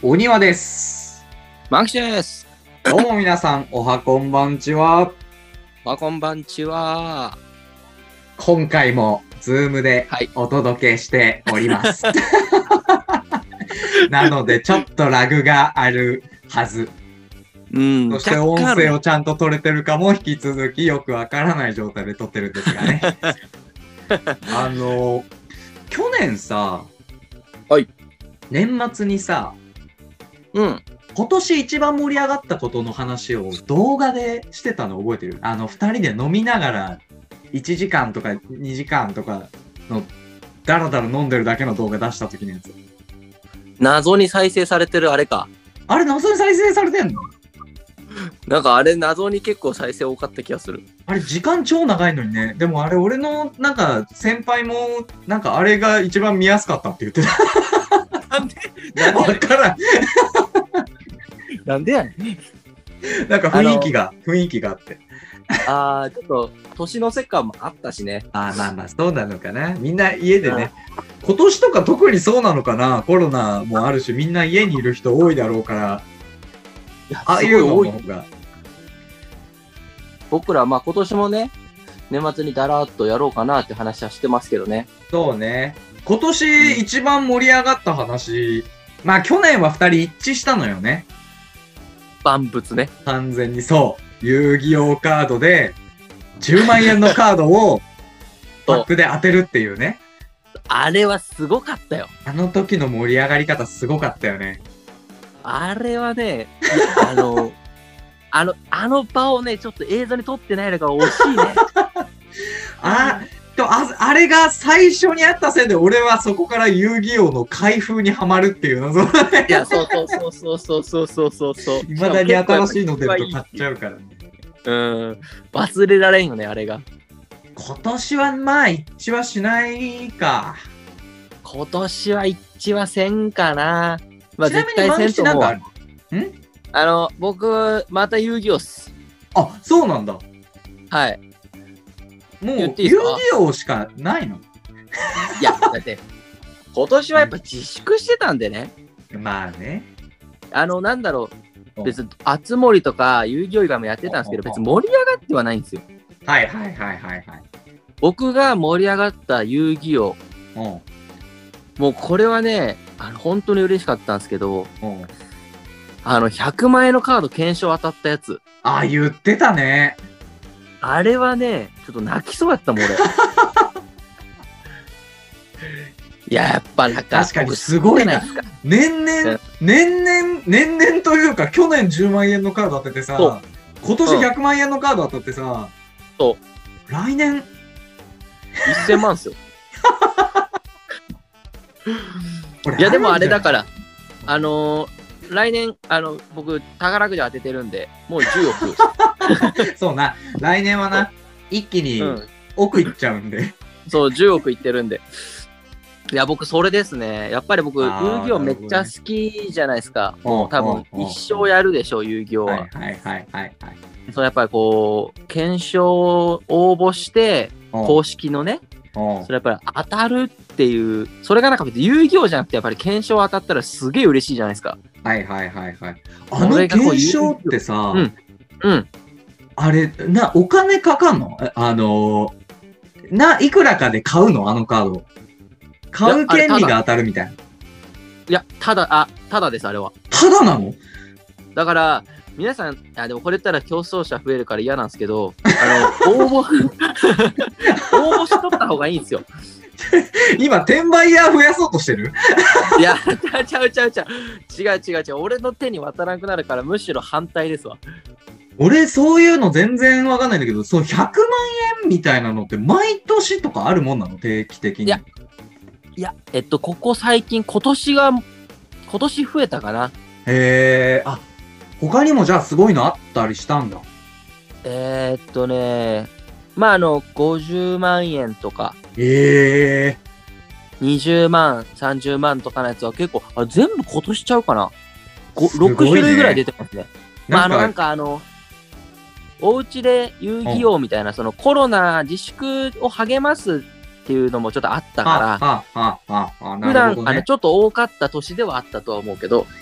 お庭です。 マキシです。 どうも皆さん、おはこんばんちは。 こんばんちは。 今回も、ズームではいお届けしております。なので、ちょっとラグがあるはず。そして音声をちゃんと取れてるかも引き続きよくわからない状態で撮ってるんですがね。去年さ、 はい。 年末にさ、 今年一番盛り上がったことの話を動画でしてたの覚えてる？二人で飲みながら1時間とか2時間とかのダラダラ飲んでるだけの動画出した時のやつ。 謎に再生されてるあれか。 あれ謎に再生されてんの？ なんかあれ謎に結構再生多かった気がする。 あれ時間超長いのにね。でもあれ俺のなんか先輩もなんかあれが一番見やすかったって言ってた。 なんでわからん。 なんでやねん。 なんか雰囲気があって。 ちょっと年の瀬感もあったしね。 まあそうなのかな。みんな家でね。今年とか特にそうなのかな。コロナもあるし、みんな家にいる人多いだろうから。ああいうのの方が。 僕ら今年もね、年末にだらっとやろうかなって話はしてますけどね。 そうね。今年一番盛り上がった話。まあ去年は2人一致したのよね。 万物ね。 完全にそう。遊戯王カードで10万円のカードをパックで当てるっていうね。 あれはすごかったよ。 あの時の盛り上がり方すごかったよね。 あれはね、あの場をね、ちょっと映像に撮ってないのが惜しいね。 あれが最初にあったせいで俺はそこから遊戯王の開封にはまるっていうの。 いや、そう。 未だに新しいの出ると買っちゃうからね。 忘れられんよね、あれが。 今年はまあ一致はしないか。 今年は一致はせんかな。まあ絶対せんとなん思う。 かある？ 僕、また遊戯王っす。 あ、そうなんだ。 はい。 もう遊戯王しかないの？ いや、だって、今年はやっぱ自粛してたんでね。 まあね。 なんだろう。別に、あつ森とか遊戯王以外もやってたんですけど、別に盛り上がってはないんですよ。 はい。 僕が盛り上がった遊戯王。もうこれはね、本当に嬉しかったんですけど、100万円のカード検証当たったやつ。 あ、言ってたね。 あれはね、ちょっと泣きそうやったもん、俺。いや、やっぱなんか、 確かにすごいな。年々というか、去年10万円のカード当ててさ、今年100万円のカード当たってさ、来年 1000万っすよ。いや、でもあれだから、来年、僕、宝くじ当ててるんで、もう10億。 そうな、来年はな、一気に億いっちゃうんで。 そう、10億いってるんで。いや、僕、それですね。やっぱり僕、遊戯王めっちゃ好きじゃないですか。もう多分、一生やるでしょう、遊戯王は。そう、やっぱりこう、検証応募して、公式のね、それやっぱり当たるっていう、それがなんか別に遊戯王じゃなくて、やっぱり検証当たったらすげえ嬉しいじゃないですか。 あの検証ってさ、あれ、お金かかんの？いくらかで買うの？あのカード。買う権利が当たるみたいな。 いや、ただです、あれは。 ただなの？ だから、皆さん、でもこれ言ったら競争者増えるから嫌なんですけど、応募しとった方がいいんですよ。 今、転売ヤー増やそうとしてる？ いや、ちゃう。違う。俺の手に渡らなくなるから、むしろ反対ですわ。 俺、そういうの全然わかんないんだけど、そう、100万円みたいなのって毎年とかあるもんなの？定期的に。 いや、ここ最近、今年増えたかな。 へー、他にもじゃあすごいのあったりしたんだ。 まあ、50万円とか。20万、30万とかのやつは結構、全部今年ちゃうかな。6種類ぐらい出てますね。まあ、お家で遊戯王みたいな、そのコロナ自粛を励ますっていうのもちょっとあったから、普段、ちょっと多かった年ではあったとは思うけど。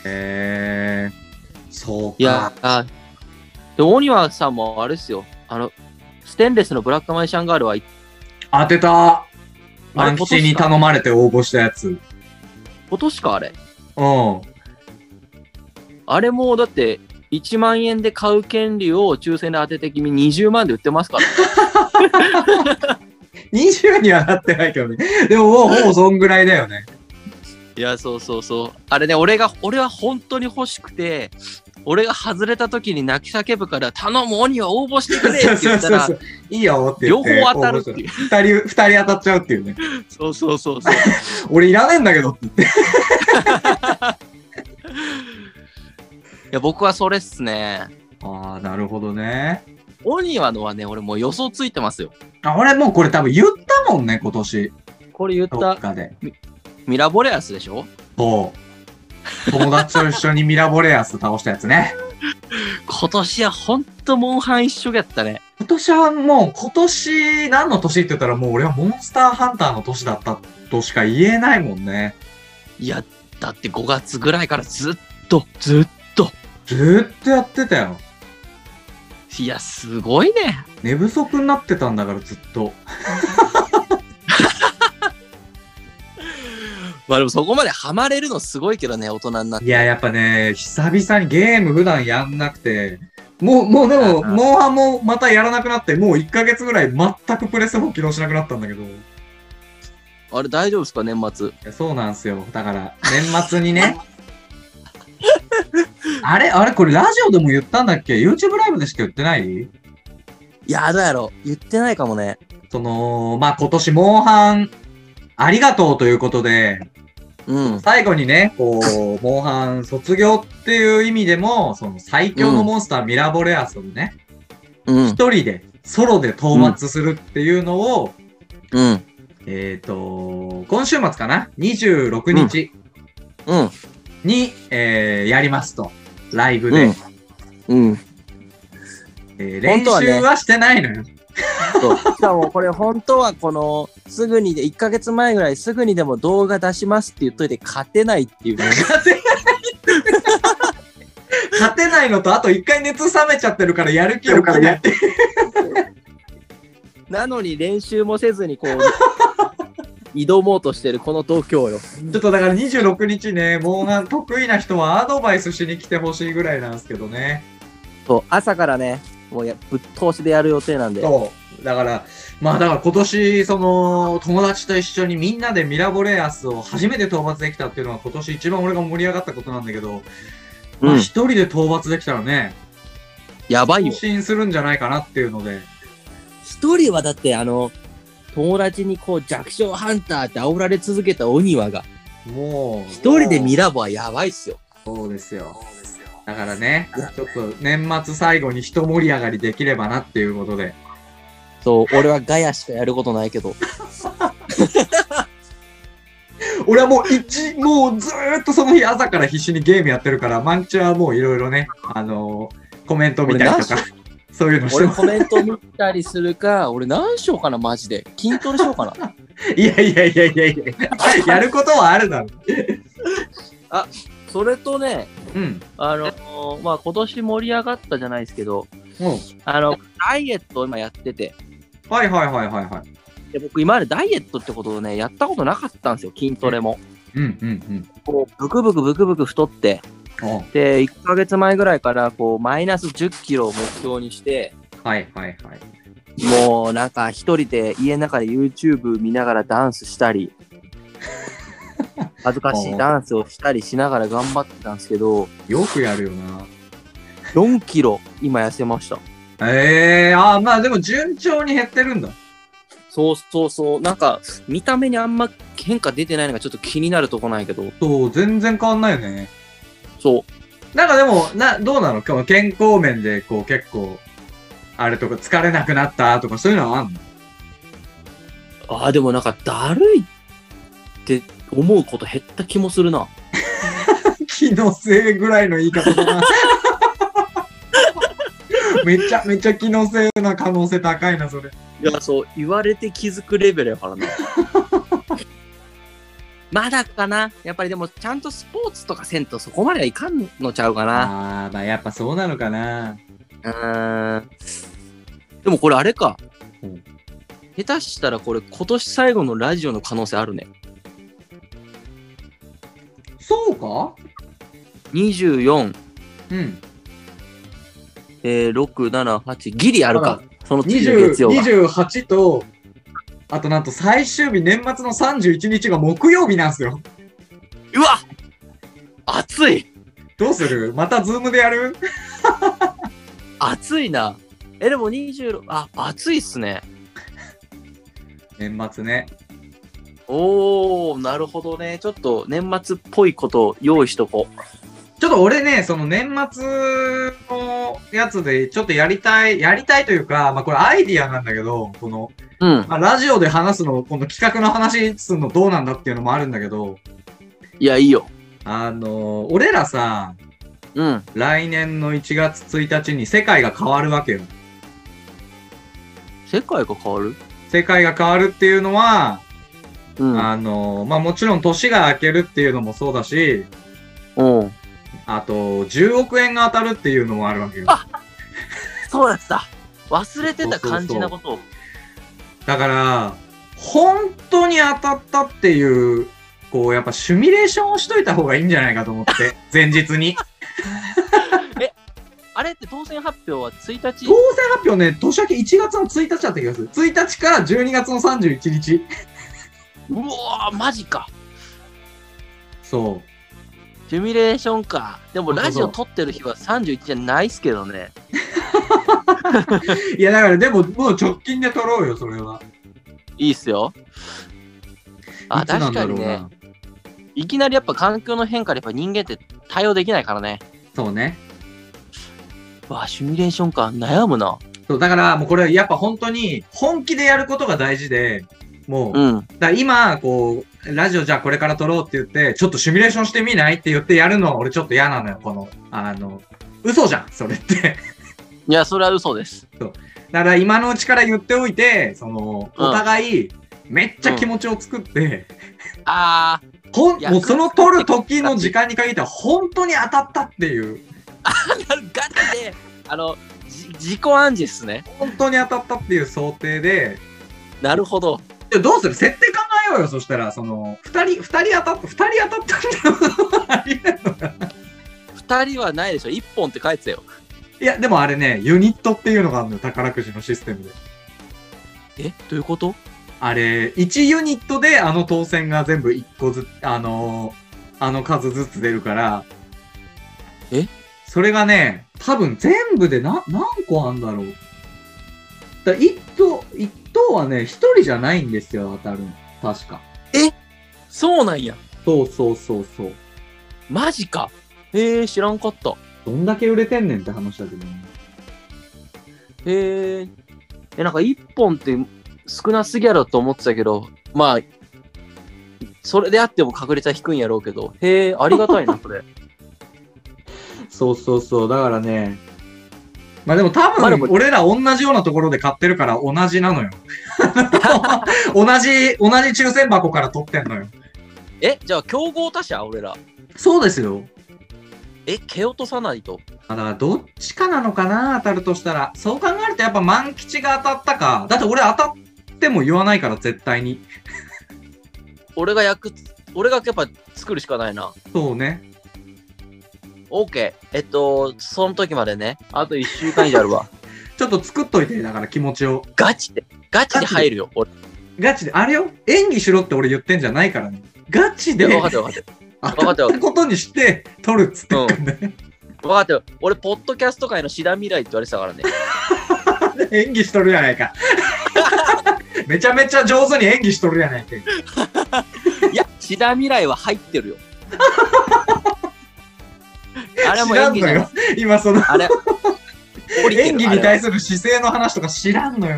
そうか。 いや、で、大庭さんもあれですよ。ステンレスのブラックマジシャンガールは当てた。万吉に頼まれて応募したやつ。 今年か、あれ。 うん。 あれも、だって、1万円で買う権利を抽選で当てて君20万で売ってますから。 20にはなってないけどね。でももうほぼそんぐらいだよね。 いや、そうそうそう。あれね、俺は本当に欲しくて、俺が外れた時に泣き叫ぶから、頼む鬼は応募してくれって言ったら、 いいよって言って。 両方当たるっていう。 二人当たっちゃうっていうね。 そうそうそう。 俺いらねえんだけどって言って。 いや、僕はそれっすね。 ああ、なるほどね。 鬼はのはね、俺もう予想ついてますよ。 俺もうこれ多分言ったもんね、今年。 これ言った。 どっかで。 ミラボレアスでしょ？ そう。友達と一緒にミラボレアス倒したやつね。 今年はほんとモンハン一色やったね。 今年はもう、今年何の年って言ったらもう俺はモンスターハンターの年だったとしか言えないもんね。 いや、だって5月ぐらいからずっとやってたよ。 いや、すごいね。 寝不足になってたんだからずっと。 まあでもそこまでハマれるのすごいけどね、大人になって。 いや、やっぱね、久々にゲーム普段やんなくて、もうでも、モンハンもまたやらなくなって、もう1ヶ月ぐらい全くプレス4起動しなくなったんだけど。 あれ大丈夫ですか、年末。 いや、そうなんですよ。だから、年末にね。あれこれラジオでも言ったんだっけ？ YouTube ライブでしか言ってない？ いや、どうやろう。言ってないかもね。 まあ、今年モンハン、ありがとうということで、最後にね、こう、モンハン卒業っていう意味でも、その最強のモンスターミラボレアスをね、一人で、ソロで討伐するっていうのを、今週末かな ?26 日に、やりますと。ライブで。練習はしてないのよ。 そう。しかもこれ本当はすぐにで、1ヶ月前ぐらいすぐにでも動画出しますって言っといて勝てないっていうね。 勝てないのと、あと一回熱冷めちゃってるからやる気をかね。 なのに練習もせずに挑もうとしてるこの東京よ。 ちょっとだから26日ね、モンハン得意な人はアドバイスしに来てほしいぐらいなんですけどね。 そう、朝からね、もうぶっ通しでやる予定なんで。 そう。だから今年、友達と一緒にみんなでミラボレアスを初めて討伐できたっていうのは今年一番俺が盛り上がったことなんだけど、まあ一人で討伐できたらね、 やばいよ。 更新するんじゃないかなっていうので。 一人はだって友達に弱小ハンターって煽られ続けた鬼輪が、もう一人でミラボはやばいっすよ。 そうですよ。だからね、ちょっと年末最後に一盛り上がりできればなっていうことで。 そう、俺はガヤしかやることないけど。 俺はもうずーっとその日朝から必死にゲームやってるから、マンチはもういろいろね、コメント見たりとか、そういうのしてます。 俺コメント見たりするか、俺何しようかな、マジで。筋トレしようかな。 いや、やることはあるだろ。 あ、それとね、まあ、今年盛り上がったじゃないですけど、ダイエットを今やってて。 はい。 で、僕今までダイエットってことをね、やったことなかったんですよ、筋トレも。ブクブク太って、で、1ヶ月前ぐらいから、マイナス10キロを目標にして、もうなんか一人で家の中で YouTube 見ながらダンスしたり、恥ずかしいダンスをしたりしながら頑張ってたんですけど、 よくやるよな。 4キロ今痩せました。 まあでも順調に減ってるんだ。 そう。なんか見た目にあんま変化出てないのがちょっと気になるとこなんやけど。 そう、全然変わんないよね。 そう。 なんかでも、どうなの？健康面で結構、あれとか疲れなくなったとかそういうのはあんの？ でもなんかだるいって思うこと減った気もするな。 気のせいぐらいの言い方だな。めちゃめちゃ気のせいな可能性高いな、それ。 いや、そう、言われて気づくレベルやからな。まだかな。やっぱりでも、ちゃんとスポーツとかせんとそこまではいかんのちゃうかな。 まあやっぱそうなのかな。 でもこれあれか。下手したらこれ今年最後のラジオの可能性あるね。 そうか ?24。 うん。 6、7、8。ギリあるか。その次の月曜が。 28と、あとなんと最終日、年末の31日が木曜日なんですよ。 うわ暑い。 どうする？またズームでやる？ 暑いな。でも26、暑いっすね。 年末ね。 おー、なるほどね。ちょっと年末っぽいことを用意しとこう。 ちょっと俺ね、その年末のやつでちょっとやりたいというか、まあこれアイディアなんだけど、この、まあ、ラジオで話すの、この企画の話するのどうなんだっていうのもあるんだけど。 いや、いいよ。 俺らさ、 来年の1月1日に世界が変わるわけよ。 世界が変わる？ 世界が変わるっていうのは、まあもちろん年が明けるっていうのもそうだし、あと、10億円が当たるっていうのもあるわけよ。 そうだった。忘れてた感じなことを。 だから、本当に当たったっていう、こう、やっぱシミュレーションをしといた方がいいんじゃないかと思って、前日に。 あれって当選発表は1日？当選発表ね、年明け1月の1日だった気がする。1日から12月の31日。 うわー、マジか。 そう。 シミュレーションか。でもラジオ撮ってる日は31じゃないっすけどね。 いやだからでももう直近で撮ろうよ、それは。 いいっすよ。確かにね。いきなりやっぱ環境の変化でやっぱ人間って対応できないからね。 そうね。 シミュレーションか。悩むな。 そう、だからもうこれやっぱ本当に本気でやることが大事で、もう、だ今、こう、ラジオじゃあこれから撮ろうって言って、ちょっとシミュレーションしてみないって言ってやるのは俺ちょっと嫌なのよ、この、嘘じゃん、それって。 いや、それは嘘です。 そう。だから今のうちから言っておいて、お互い、めっちゃ気持ちを作って、もうその撮る時の時間に限っては本当に当たったっていう。 ガチで、自己暗示っすね。 本当に当たったっていう想定で。 なるほど。 どうする？設定考えようよ、そしたら、2人当たったありえんのかな。 2人はないでしょ、1本って書いてたよ。 いや、でもあれね、ユニットっていうのがあるのよ、宝くじのシステムで。 どういうこと？ あれ、1ユニットで当選が全部1個ずつ、数ずつ出るから。それがね、多分全部で何個あんだろう。1等はね、1人じゃないんですよ、当たるの。確か。 そうなんや。 そう。 マジか。知らんかった。 どんだけ売れてんねんって話だけどね。なんか1本って少なすぎやろと思ってたけど、まあ、それであっても確率は低いんやろうけど、ありがたいな、これ。そう。 だからね、まあでも多分、俺ら同じようなところで買ってるから同じなのよ。同じ抽選箱から取ってんのよ。 じゃあ競合他社俺ら。 そうですよ。 蹴落とさないと。 だからどっちかなのかな、当たるとしたら。そう考えるとやっぱ万吉が当たったか。だって俺当たっても言わないから絶対に。 俺がやっぱ作るしかないな。 そうね。 OK。その時までね。あと1週間以上あるわ。 ちょっと作っといて、だから気持ちを。 ガチで入るよ、俺。 ガチで。あれよ、演技しろって俺言ってんじゃないからね。ガチで。 分かった。 当たったことにして撮るっつってんね。 分かったよ。俺、ポッドキャスト界の志田未来って言われてたからね。 演技しとるやないか。めちゃめちゃ上手に演技しとるやないか。 いや、志田未来は入ってるよ。あれも演技じゃん。今あれ演技に対する姿勢の話とか知らんのよ。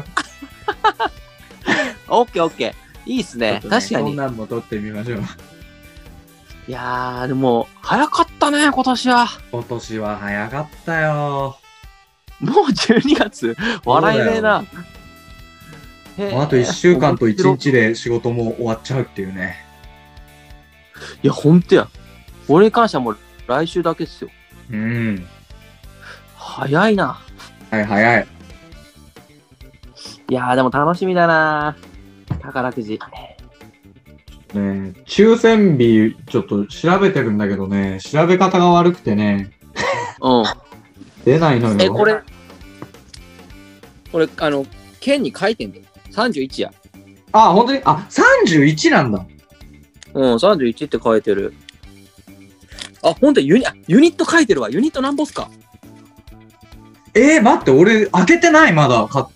オッケー。いいっすね。確かに。 こんなんも撮ってみましょう。 いやー、でも、早かったね、今年は。 今年は早かったよ。 もう12月笑えねえな。 あと1週間と1日で仕事も終わっちゃうっていうね。 いや、ほんとや。俺に関してはもう来週だけですよ。 うん。 早いな。 はい、早い。 いやー、でも楽しみだな。宝くじ。 抽選日ちょっと調べてるんだけどね、調べ方が悪くてね。 うん。 出ないのよ。 これ、県に書いてんだよ。31や。 あ、本当にあ、31なんだ。 うん、31って書いてる。あ、ほんとユニット書いてるわ。ユニットなんぼっすか？ 待って、俺、開けてない、まだ、買って。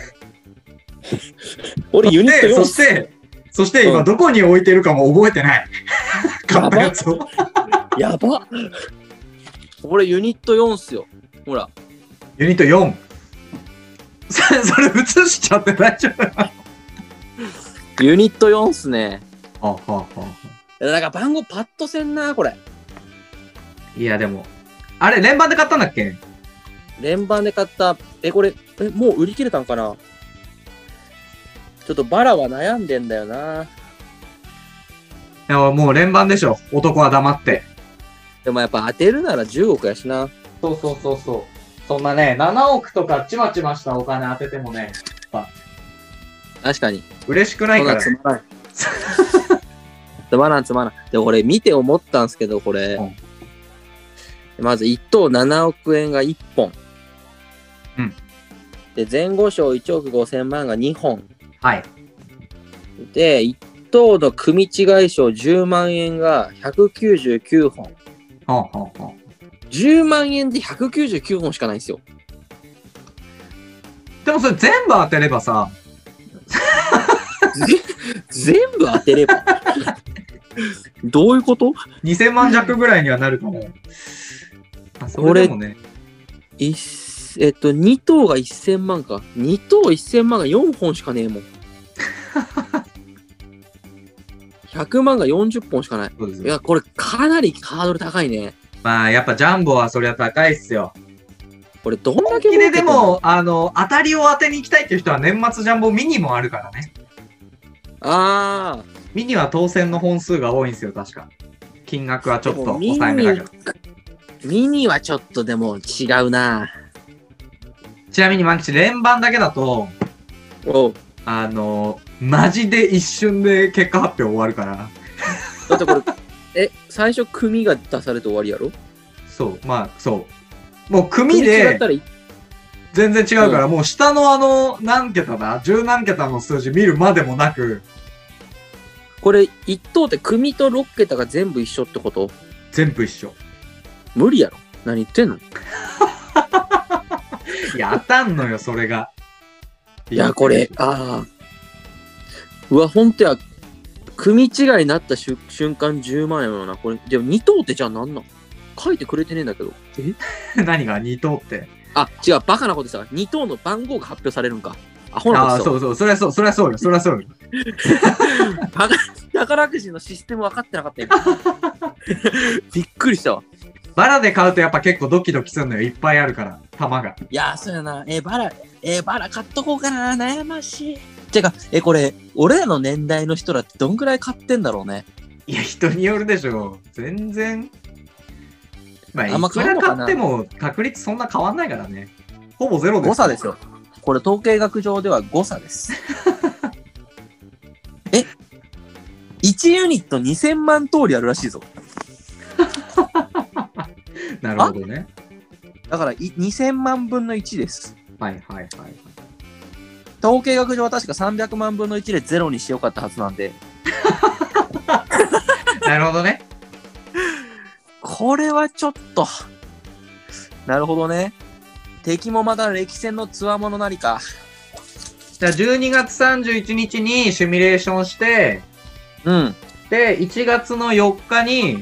俺、ユニット4。 そして今、どこに置いてるかも覚えてない。買ったやつを。 やば。俺、ユニット4っすよ。ほら。 ユニット 4。それ映しちゃって大丈夫？ ユニット4っすね。 だから番号パッとせんな、これ。 いや、でも。あれ、連番で買ったんだっけ？ 連番で買った。これ、もう売り切れたんかな？ちょっとバラは悩んでんだよな。 いや、もう連番でしょ。男は黙って。 でもやっぱ当てるなら10億やしな。 そう。そんなね、7億とかちまちましたお金当ててもね、 確かに。 嬉しくないから、ね。 つまらん。で、俺見て思ったんですけど、これ。まず1等7億円が1本。 うん。 で、前後賞1億5000万が2本。 はい。 で、1等の組違い賞10万円が199本。10万円で199本しかないんですよ。 でもそれ全部当てればさ。 全部当てればどういうこと？ 2000 万弱ぐらいにはなるかも。それでもね。 2等が1000万か。2等1000万が4本しかねえもん。100万が40本しかない。いや、これかなりハードル高いね。 まあ、やっぱジャンボはそりゃ高いっすよ。 これどんだけでも、当たりを当てに行きたいっていう人は年末ジャンボミニもあるからね。 ああ。 ミニは当選の本数が多いんですよ、確か。金額はちょっと抑えめだけど。 ミニはちょっとでも違うな。 ちなみに、マン吉、連番だけだと、マジで一瞬で結果発表終わるから。 だってこれ、最初組が出されて終わりやろ？ そう、まあ、そう。もう組で、全然違うから、もう下の何桁だ？十何桁の数字見るまでもなく。 これ、1等って組と6桁が全部一緒ってこと？ 全部一緒。 無理やろ？何言ってんの？ いや、当たんのよ、それが。 いや、これ、うわ、ほんとや、組違いになった瞬間10万円よな。これ、でも2等ってじゃあ何なん？書いてくれてねえんだけど。 何が2等って？ 違う、バカなことさ、2等の番号が発表されるんか。アホなことそう、そりゃそうよ。 宝くじのシステム分かってなかったよ。びっくりしたわ。 バラで買うとやっぱ結構ドキドキするのよ。いっぱいあるから、玉が。 いや、そうやな。バラ買っとこうかな。悩ましい。てか、これ、俺らの年代の人らってどんくらい買ってんだろうね。 いや、人によるでしょ。全然。まあ、いくら買っても確率そんな変わんないからね。ほぼゼロです。 誤差ですよ。これ、統計学上では誤差です。1ユニット2000万通りあるらしいぞ。 なるほどね。 だから2000万分の1です。 はい。 統計学上は確か300万分の1でゼロにしようかったはずなんで。 なるほどね。 これはちょっと。なるほどね。敵もまた歴戦のつわものなりか。 じゃあ12月31日にシミュレーションして、で、1月の4日に、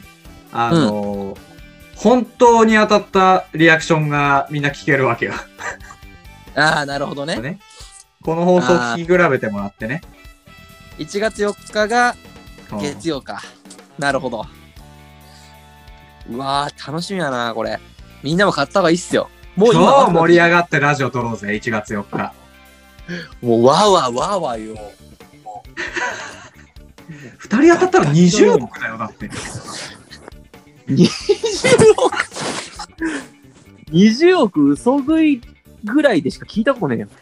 本当に当たったリアクションがみんな聞けるわけよ。 なるほどね。 この放送聞き比べてもらってね。 1月4日が月曜か。なるほど。うわー、楽しみやな、これ。みんなも買った方がいいっすよ。 もう今超盛り上がってラジオ撮ろうぜ、1月4日。 もうわーわーわーわーよ。 2人当たったら20億だよ、だって。 20億20億嘘食いぐらいでしか聞いたことねえよ。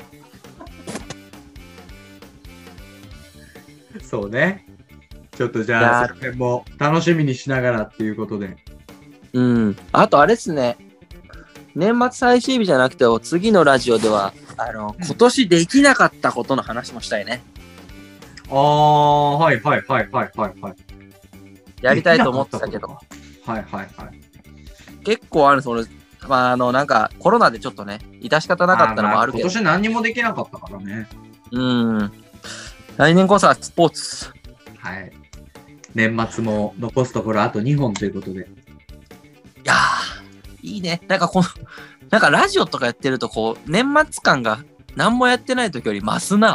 そうね。ちょっとじゃあ、それも楽しみにしながらっていうことで。 うん。あとあれっすね。年末最終日じゃなくて、次のラジオでは、今年できなかったことの話もしたいね。 はいはいはいはいはいはい。 やりたいと思ってたけど。 はいはいはい。 結構なんかコロナでちょっとね、致し方なかったのもあるけど。 今年何にもできなかったからね。 来年こそはスポーツ。 はい。年末も残すところあと2本ということで。 いやー、いいね。なんかラジオとかやってると年末感が何もやってない時より増すな。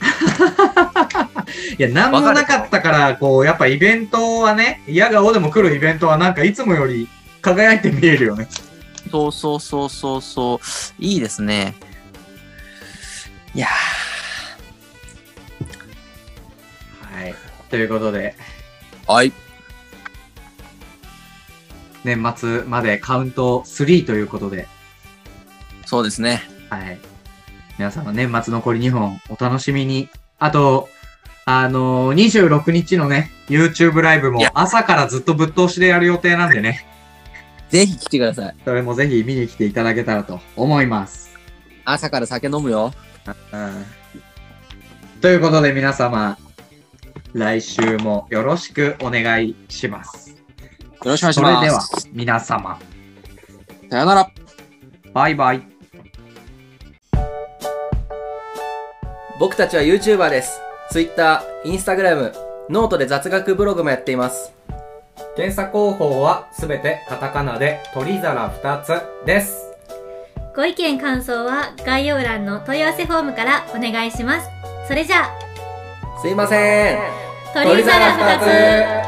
いや、何もなかったから、やっぱイベントはね、嫌顔でも来るイベントはなんかいつもより輝いて見えるよね。 そう。いいですね。いやー。はい。ということで。 はい。 年末までカウント3ということで。 そうですね。 はい。皆様年末残り2本お楽しみに。あと、26日のね、YouTube ライブも朝からずっとぶっ通しでやる予定なんでね。 ぜひ来てください。 それもぜひ見に来ていただけたらと思います。 朝から酒飲むよ。 ということで皆様、来週もよろしくお願いします。 よろしくお願いします。 それでは皆様、 さよなら。 バイバイ。 僕たちは YouTuber です。Twitter、Instagram、ノートで雑学ブログもやっています。 検査方法はすべてカタカナで鳥皿2つです。 ご意見感想は概要欄の問い合わせフォームからお願いします。それじゃあ、 すいません。 鳥皿2つ。